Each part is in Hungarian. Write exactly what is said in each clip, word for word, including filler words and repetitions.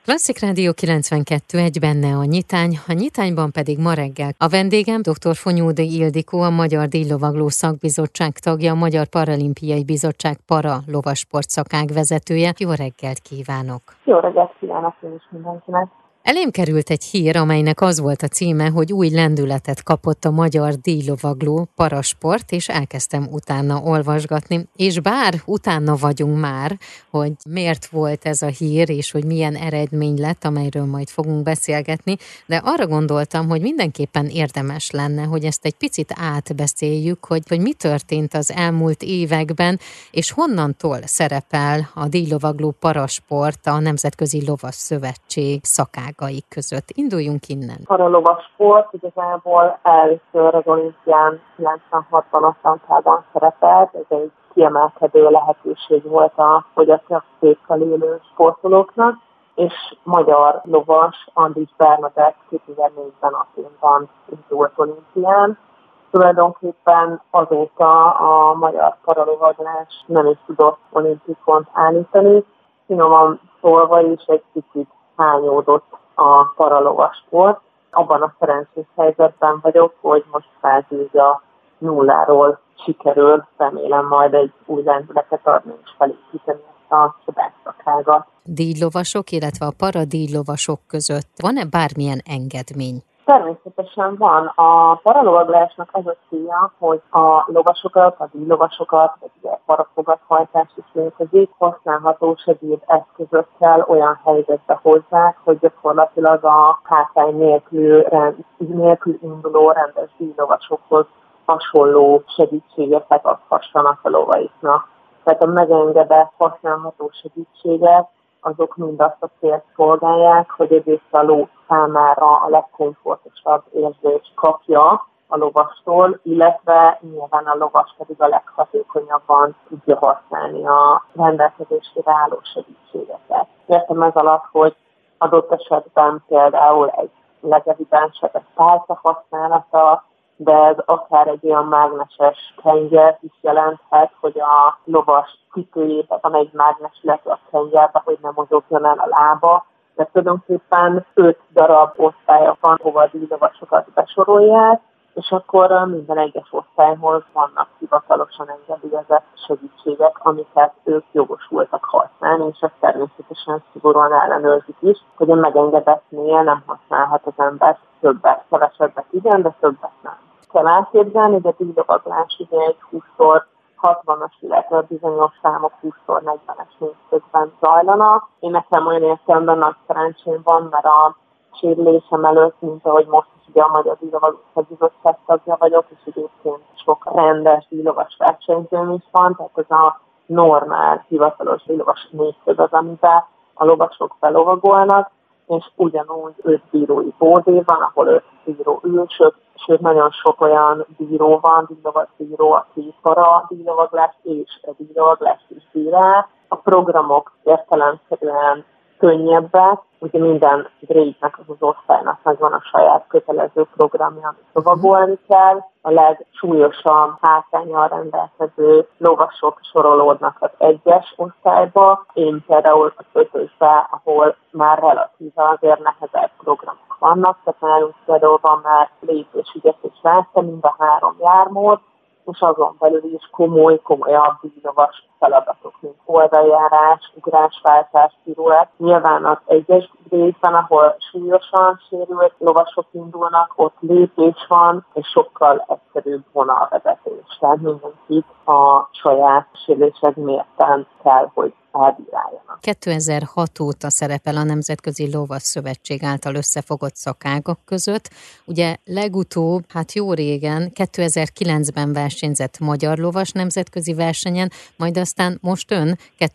Klasszik Rádió kilencvenkettő egy, benne a nyitány, a nyitányban pedig ma reggel a vendégem dr. Fonyódi Ildikó, a Magyar Díjlovagló Szakbizottság tagja, a Magyar Paralimpiai Bizottság para lovasport szakág vezetője. Jó reggelt kívánok! Jó reggelt kívánok én is mindenkinek! Elém került egy hír, amelynek az volt a címe, hogy új lendületet kapott a Magyar Díjlovagló parasport, és elkezdtem utána olvasgatni. És bár utána vagyunk már, hogy miért volt ez a hír, és hogy milyen eredmény lett, amelyről majd fogunk beszélgetni, de arra gondoltam, hogy mindenképpen érdemes lenne, hogy ezt egy picit átbeszéljük, hogy, hogy mi történt az elmúlt években, és honnantól szerepel a díjlovagló parasport a Nemzetközi Lovas Szövetség szakág között. Induljunk innen. Paralovasport igazából először az olimpián kilencvenhatban Atlantában szerepelt, ez egy kiemelkedő lehetőség volt a fogyatékkal élő sportolóknak, és magyar lovas Andis Bernadett kétezer-négyben Athénban indult olimpián. Tulajdonképpen azóta a magyar paralovaglás nem is tudott olimpikont állítani, finoman szólva is egy kicsit hányódott a paralovasport. Abban a szerencsés helyzetben vagyok, hogy most felzűzja nulláról sikerül, remélem majd egy új lendületet adni és felépíteni ezt a csodás szakágat. Díjlovasok, illetve a paradíjlovasok között van-e bármilyen engedmény? Természetesen van. A paralovaglásnak az a célja, hogy a lovasokat, a díjlovasokat, vagy ugye parafogathajtást is létezik, használható segéd eszközökkel olyan helyzetbe hozzák, hogy gyakorlatilag a hátrány nélkül, rend, nélkül induló rendes díjlovasokhoz hasonló segítségeket adhassanak a lovaiknak. Tehát a megengedett használható segítségek azok mind azt a célt szolgálják, hogy egyrészt a ló számára a legkomfortosabb érzést kapja a lovastól, illetve nyilván a lovas pedig a leghatékonyabban tudja használni a rendelkezésére álló segítségeket. Értem ez alatt, hogy adott esetben például egy legevidensebb egy pálca használata, de ez akár egy olyan mágneses tengert is jelenthet, hogy a lovas cipőjében van egy mágnes, illetve a tengerbe, hogy nem mozogjon el a lába. De tulajdonképpen öt darab osztálya van, hova a díjlovasokat besorolják, és akkor minden egyes osztályhoz vannak hivatalosan engedélyezett segítségek, amiket ők jogosultak használni, és ezt természetesen szigorúan ellenőrzik is, hogy a megengedettnél nem használhat az ember többet, kevesebbet igen, de többet nem. Kell elképzelni, hogy a díjlovaglás ugye egy húsz hatvanas, illetve bizonyos számok húsz negyvenes négyszögben zajlanak. Én nekem olyan értelemben nagy szerencsém van, mert a sérülésem előtt, mint ahogy most is ugye a Magyar Díjlovagló Szakbizottság tagja vagyok, és egyébként sok rendes díjlovas versenyzőm is van, tehát ez a normál, hivatalos díjlovas négyszög az, amiben a lovasok belovagolnak, és ugyanúgy öt bírói bódé van, ahol öt bíró ül, sőt, sőt nagyon sok olyan bíró van, díjlovasbíró, aki para díjlovaglást és a díjlovaglást is bírál. A programok értelemszerűen könnyebbek, ugye minden grade-nek, az az osztálynak megvan a saját kötelező programja, amit lovagolni kell. A legsúlyosabb hátránnyal rendelkező lovasok sorolódnak az egyes osztályba. Én például az ötösbe, ahol már relatíve azért nehezebb programok vannak, tehát nálunk például van már lépés, ügyes és látta, mind a három jármód, és azon belül is komoly, komolyabb díjlovas feladatok, mint oldaljárás, ugrásváltás, piruett. Nyilván az egyes részben, ahol súlyosan sérült lovasok indulnak, ott lépés van, és sokkal egyszerűbb vonalvezetés. Tehát mindenkit a saját sérülések mérten kell, hogy elbíráljanak. kétezer-hat óta szerepel a Nemzetközi Lovas Szövetség által összefogott szakágak között. Ugye legutóbb, hát jó régen, kétezer-kilencben versenyzett magyar lovas nemzetközi versenyen, majd aztán most ön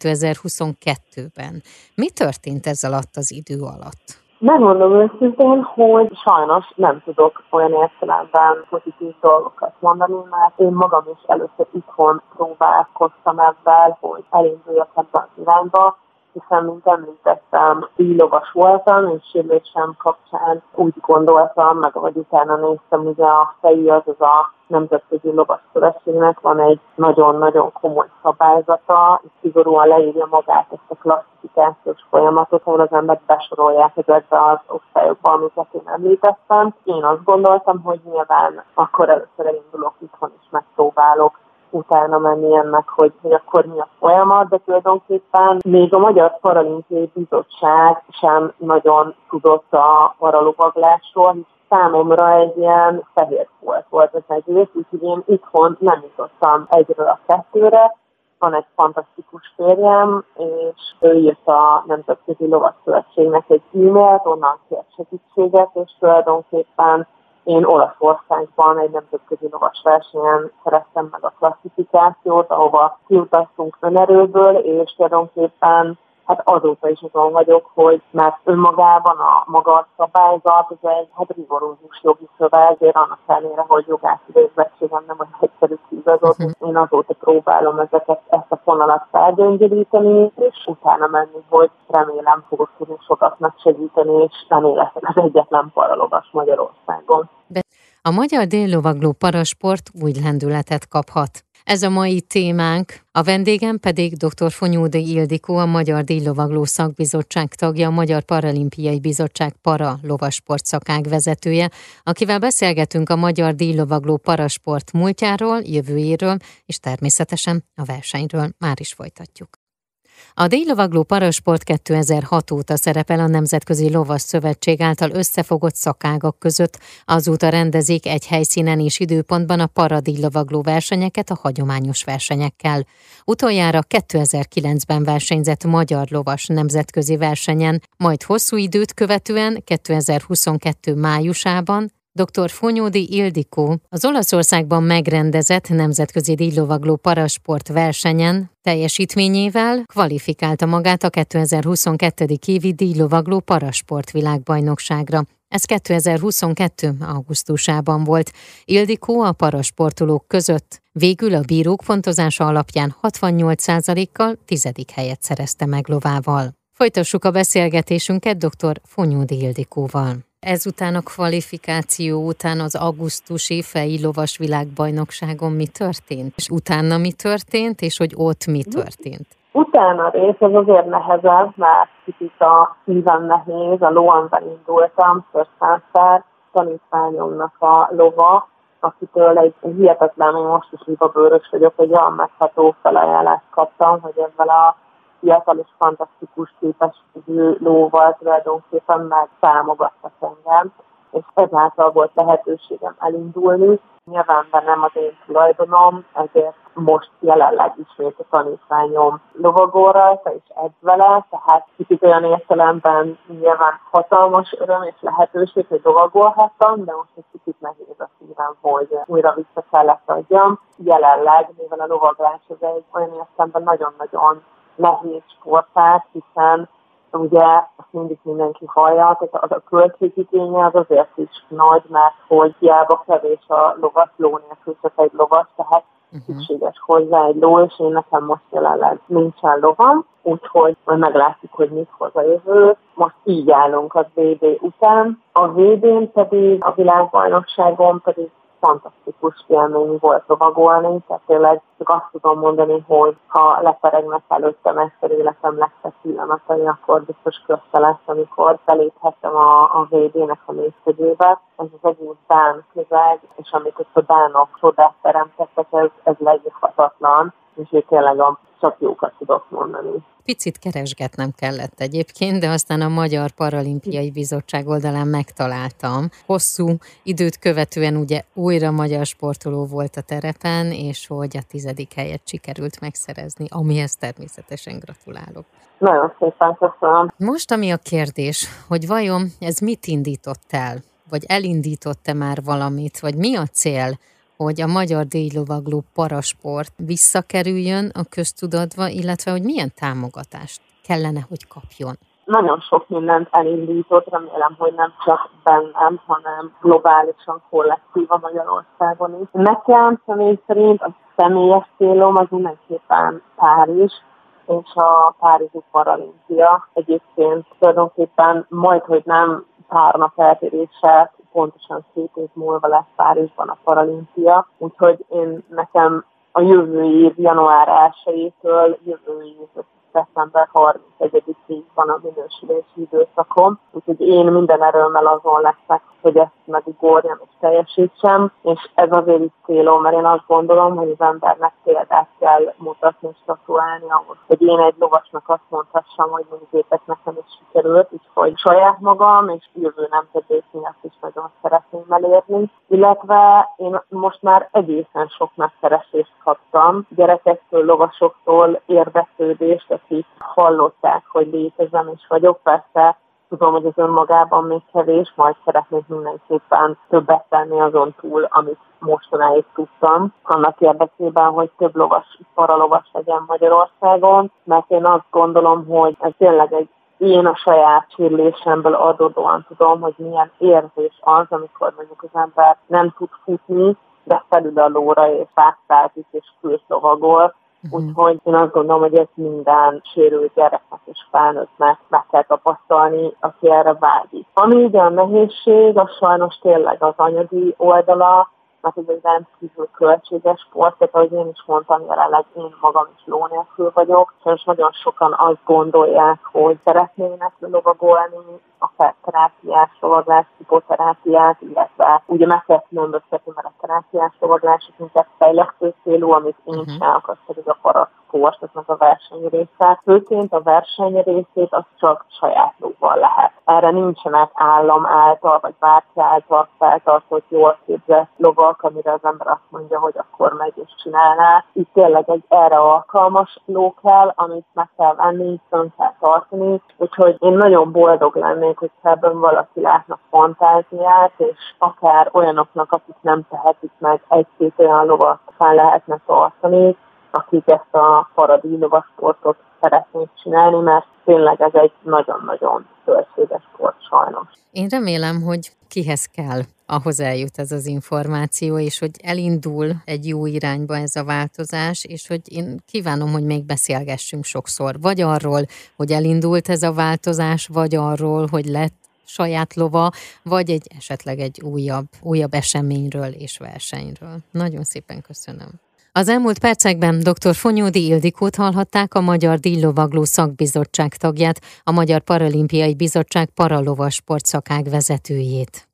kétezer-huszonkettőben. Mi történt ez alatt az idő alatt? Megmondom őszintén, hogy sajnos nem tudok olyan értelemben pozitív dolgokat mondani, mert én magam is először itthon próbálkoztam ebben, hogy elinduljak ebben az irányba, hiszen, mint említettem, díjlovas voltam, és sérülésem kapcsán úgy gondoltam, meg vagy utána néztem, ugye a FEI, azaz a Nemzetközi Lovasszövetségnek van egy nagyon-nagyon komoly szabályzata, és szigorúan leírja magát ezt a klasszifikációs folyamatot, ahol az embert besorolják ezekbe az osztályokba, amiket én említettem. Én azt gondoltam, hogy nyilván akkor először elindulok itthon, és megpróbálok utána menni ennek, hogy, hogy akkor mi a folyamat, de tulajdonképpen még a Magyar Paralimpiai Bizottság sem nagyon tudott a paralovaglásról, számomra egy ilyen fehér folt volt az egész, úgyhogy én itthon nem jutottam egyről a kettőre. Van egy fantasztikus férjem, és ő írt a Nemzetközi Lovasszövetségnek egy e-mailt, onnan kért segítséget, és tulajdonképpen én Olaszországban egy nemzetközi lovas versenyen szereztem meg a klasszifikációt, ahova kiutaztunk önerőből, és tulajdonképpen hát azóta is azon vagyok, hogy mert önmagában a maga szabályzat, ez egy hát rigorózus jogi szöveg, ezért annak ellenére, hogy jogász végzettségem nem az egyszerű kiigazodni. Uh-huh. Én azóta próbálom ezeket, ezt a fonalat felgöngyölíteni, és utána menni, hogy remélem fogok tudni sokaknak segíteni, és nem életem az egyetlen paralovas Magyarországon. A magyar déllovagló parasport új lendületet kaphat. Ez a mai témánk, a vendégem pedig dr. Fonyódi Ildikó, a Magyar Díjlovagló Szakbizottság tagja, a Magyar Paralimpiai Bizottság para lovasport szakág vezetője, akivel beszélgetünk a Magyar Díjlovagló parasport múltjáról, jövőjéről, és természetesen a versenyről. Már is folytatjuk. A díjlovagló parasport kétezer-hat óta szerepel a Nemzetközi Lovasszövetség által összefogott szakágak között, azóta rendezik egy helyszínen és időpontban a paradíjlovagló versenyeket a hagyományos versenyekkel. Utoljára kétezer-kilencben versenyzett magyar lovas nemzetközi versenyen, majd hosszú időt követően kétezer-huszonkettő májusában dr. Fonyódi Ildikó az Olaszországban megrendezett nemzetközi díjlovagló parasport versenyen teljesítményével kvalifikálta magát a kétezer-huszonkettő. évi díjlovagló parasport világbajnokságra. Ez kétezer-huszonkettő. augusztusában volt. Ildikó a parasportolók között végül a bírók pontozása alapján hatvannyolc százalékkal tizedik helyet szerezte meg lovával. Folytassuk a beszélgetésünket dr. Fonyódi Ildikóval. Ezután a kvalifikáció után az augusztusi FEI lovas világbajnokságon mi történt? És utána mi történt, és hogy ott mi történt? Utána rész az azért nehezebb, mert kicsit a szívem nehéz, a Loanban indultam, Szörszánszer, tanítványomnak a lova, akitől egy hihetetlen, én most is libabőrös vagyok, hogy olyan megható felajánlást kaptam, hogy ezzel a fiatal és fantasztikus képességű lóval tulajdonképpen megtámogattak engem, és ezáltal volt lehetőségem elindulni. Nyilván nem az én tulajdonom, ezért most jelenleg ismét a tanítványom lovagol rajta, és edz vele, tehát kicsit olyan értelemben nyilván hatalmas öröm és lehetőség, hogy lovagolhattam, de most egy kicsit nehéz a szívem, hogy újra vissza kellett adjam. Jelenleg, mivel a lovaglás az egy olyan értelemben nagyon-nagyon nehéz sportág, hiszen ugye azt mindig mindenki hallja, tehát a költségigénye az azért is nagy, mert hogy hiába kevés a lovas, ló nélkül csak egy lovas, tehát uh-huh. szükséges hozzá egy ló, és én nekem most jelenleg nincsen lovam, úgyhogy majd meglátjuk, hogy mit hoz a jövő. Most így állunk a vé bé után. A vé bén pedig, a világbajnokságon pedig fantasztikus élmény volt lovagolni, tehát tényleg csak azt tudom mondani, hogy ha leperegnek előttem ezt az életem legszebb pillanatai, akkor biztos kösze lesz, amikor beléphettem a, a vé bének a nézkedőbe. Ez az egész dán közeg, és amit ott a dánok csodát teremtettek, ez, ez leírhatatlan, és én tényleg a csak jókat tudok mondani. Picit keresgetnem kellett egyébként, de aztán a Magyar Paralimpiai Bizottság oldalán megtaláltam. Hosszú időt követően ugye újra magyar sportoló volt a terepen, és hogy a tizedik helyet sikerült megszerezni, amihez természetesen gratulálok. Nagyon szépen köszönöm. Most ami a kérdés, hogy vajon ez mit indított el? Vagy elindított-e már valamit? Vagy mi a cél, hogy a magyar díjlovagló parasport visszakerüljön a köztudatba, illetve hogy milyen támogatást kellene, hogy kapjon? Nagyon sok mindent elindított, remélem, hogy nem csak bennem, hanem globálisan kollektíva Magyarországon is. Nekem személy szerint a személyes célom az mindenképpen Párizs, és a Párizsi Paralimpia. Egyébként tulajdonképpen majdhogy nem pár nap eltéréssel, pontosan két év múlva lesz Párizsban a paralimpia, úgyhogy én nekem a jövő év január elsejétől jövő év december harmincegyedikéig van a minősülési időszakom, úgyhogy én minden erőmmel azon leszek, hogy ezt megugorjam és teljesítsem, és ez azért is célom, mert én azt gondolom, hogy az embernek példát kell mutatni és statuálni ahhoz, hogy én egy lovasnak azt mondhassam, hogy nézzétek, nekem is sikerült, úgyhogy saját magam és jövő nemzedék miatt is nagyon szeretném elérni, illetve én most már egészen sok megkeresést kaptam, gyerekektől, lovasoktól érdeklődést, akik hallották, hogy létezem és vagyok, persze tudom, hogy az önmagában még kevés, majd szeretnék mindenképpen többet tenni azon túl, amit mostanáig tudtam, annak érdekében, hogy több lovas, paralovas legyen Magyarországon, mert én azt gondolom, hogy ez tényleg egy én a saját sérülésemből adódóan tudom, hogy milyen érzés az, amikor mondjuk az ember nem tud futni, de felül a lóra és pásztázik és főszlovagol. Úgyhogy én azt gondolom, hogy ez minden sérült gyereknek és felnőttnek meg kell tapasztalni, aki erre vágyik. Ami ugye a nehézség, az sajnos tényleg az anyagi oldala, mert ez egy rendkívül költséges sport, tehát ahogy én is mondtam, jelenleg én magam is ló nélkül vagyok, és nagyon sokan azt gondolják, hogy szeretnének lovagolni, akár terápiás lovaglás, hipoterápiát, illetve ugye meg kell különböztetni, mert a terápiás lovaglás inkább fejlesztő célú, amit én uh-huh. csinálok, az pedig a parasport, aznak a verseny része. Főként a verseny részét az csak saját lóval lehet. Erre nincsenek állam által, vagy bárki által feltartott, jól képzett lovak, amire az ember azt mondja, hogy akkor megy és csinálná. Itt tényleg egy erre alkalmas ló kell, amit meg kell venni, fönn kell tartani. Úgyhogy én nagyon boldog lennék, hogy ebben valaki látna fantáziát, és akár olyanoknak, akik nem tehetik meg, egy-két olyan lovat fel lehetne tartani, akik ezt a paradíj lovasportot szeretnék csinálni, mert tényleg ez egy nagyon-nagyon bölcsődes sport sajnos. Én remélem, hogy kihez kell, ahhoz eljut ez az információ, és hogy elindul egy jó irányba ez a változás, és hogy én kívánom, hogy még beszélgessünk sokszor, vagy arról, hogy elindult ez a változás, vagy arról, hogy lett saját lova, vagy egy esetleg egy újabb, újabb eseményről és versenyről. Nagyon szépen köszönöm. Az elmúlt percekben dr. Fonyódi Ildikót hallhatták, a Magyar Díjlovagló Szakbizottság tagját, a Magyar Paralimpiai Bizottság paralovas sportszakág vezetőjét.